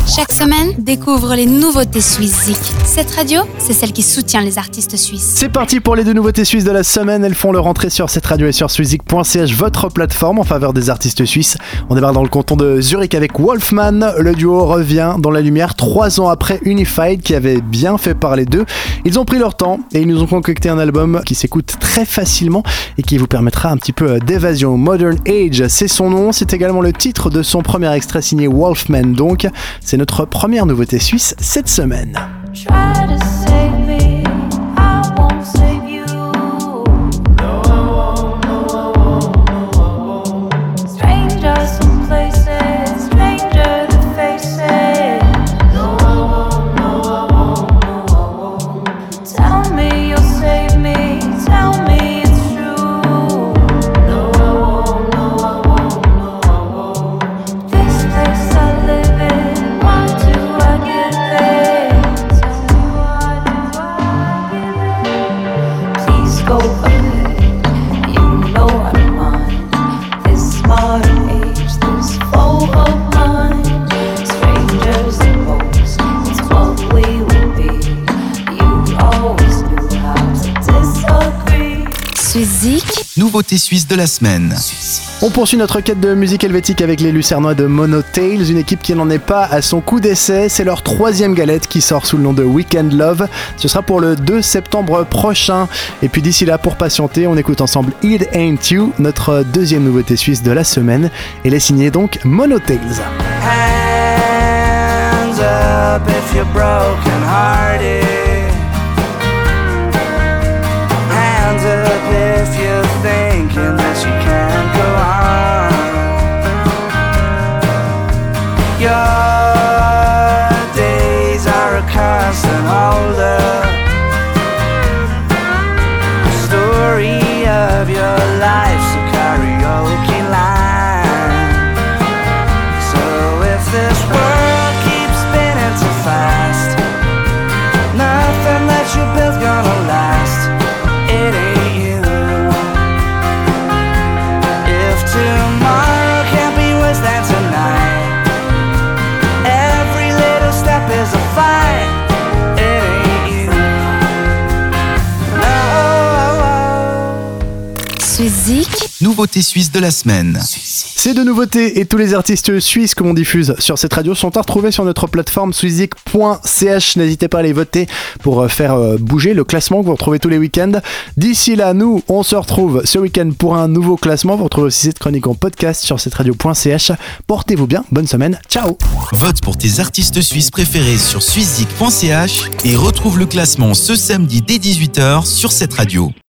Chaque semaine, découvre les nouveautés suisses Zik. Cette radio, c'est celle qui soutient les artistes suisses. C'est parti pour les 2 nouveautés suisses de la semaine. Elles font leur entrée sur cette radio et sur swizik.ch, votre plateforme en faveur des artistes suisses. On démarre dans le canton de Zurich avec Wolfman. Le duo revient dans la lumière 3 ans après Unified qui avait bien fait parler d'eux. Ils ont pris leur temps et ils nous ont concocté un album qui s'écoute très facilement et qui vous permettra un petit peu d'évasion. Modern Age, c'est son nom. C'est également le titre de son premier extrait signé Wolfman. Donc, c'est notre première nouveauté suisse cette semaine. Nouveauté suisse de la semaine. On poursuit notre quête de musique helvétique avec les Lucernois de Monotails, une équipe qui n'en est pas à son coup d'essai. C'est leur 3e galette qui sort sous le nom de Weekend Love. Ce sera pour le 2 septembre prochain. Et puis d'ici là, pour patienter, on écoute ensemble It Ain't You, notre 2e nouveauté suisse de la semaine. Elle est signée donc Monotails. Hands up if you're broken hearted. Hands up if you're thinking that you can't go on. Your days are a constant holdup. The story of your life's a karaoke line. So if this world keeps spinning too fast, nothing that you build's gonna last. It ain't you. If tomorrow can't be worse than tonight, every little step is a fight. It ain't you. No. Swizik. Nouveauté suisse de la semaine. Ces 2 nouveautés et tous les artistes suisses que l'on diffuse sur cette radio sont à retrouver sur notre plateforme swizik.ch. N'hésitez pas à les voter pour faire bouger le classement que vous retrouvez tous les week-ends. D'ici là, nous, on se retrouve ce week-end pour un nouveau classement. Vous retrouvez aussi cette chronique en podcast sur cette radio.ch. Portez-vous bien, bonne semaine, ciao. Vote pour tes artistes suisses préférés sur swizik.ch et retrouve le classement ce samedi dès 18h sur cette radio.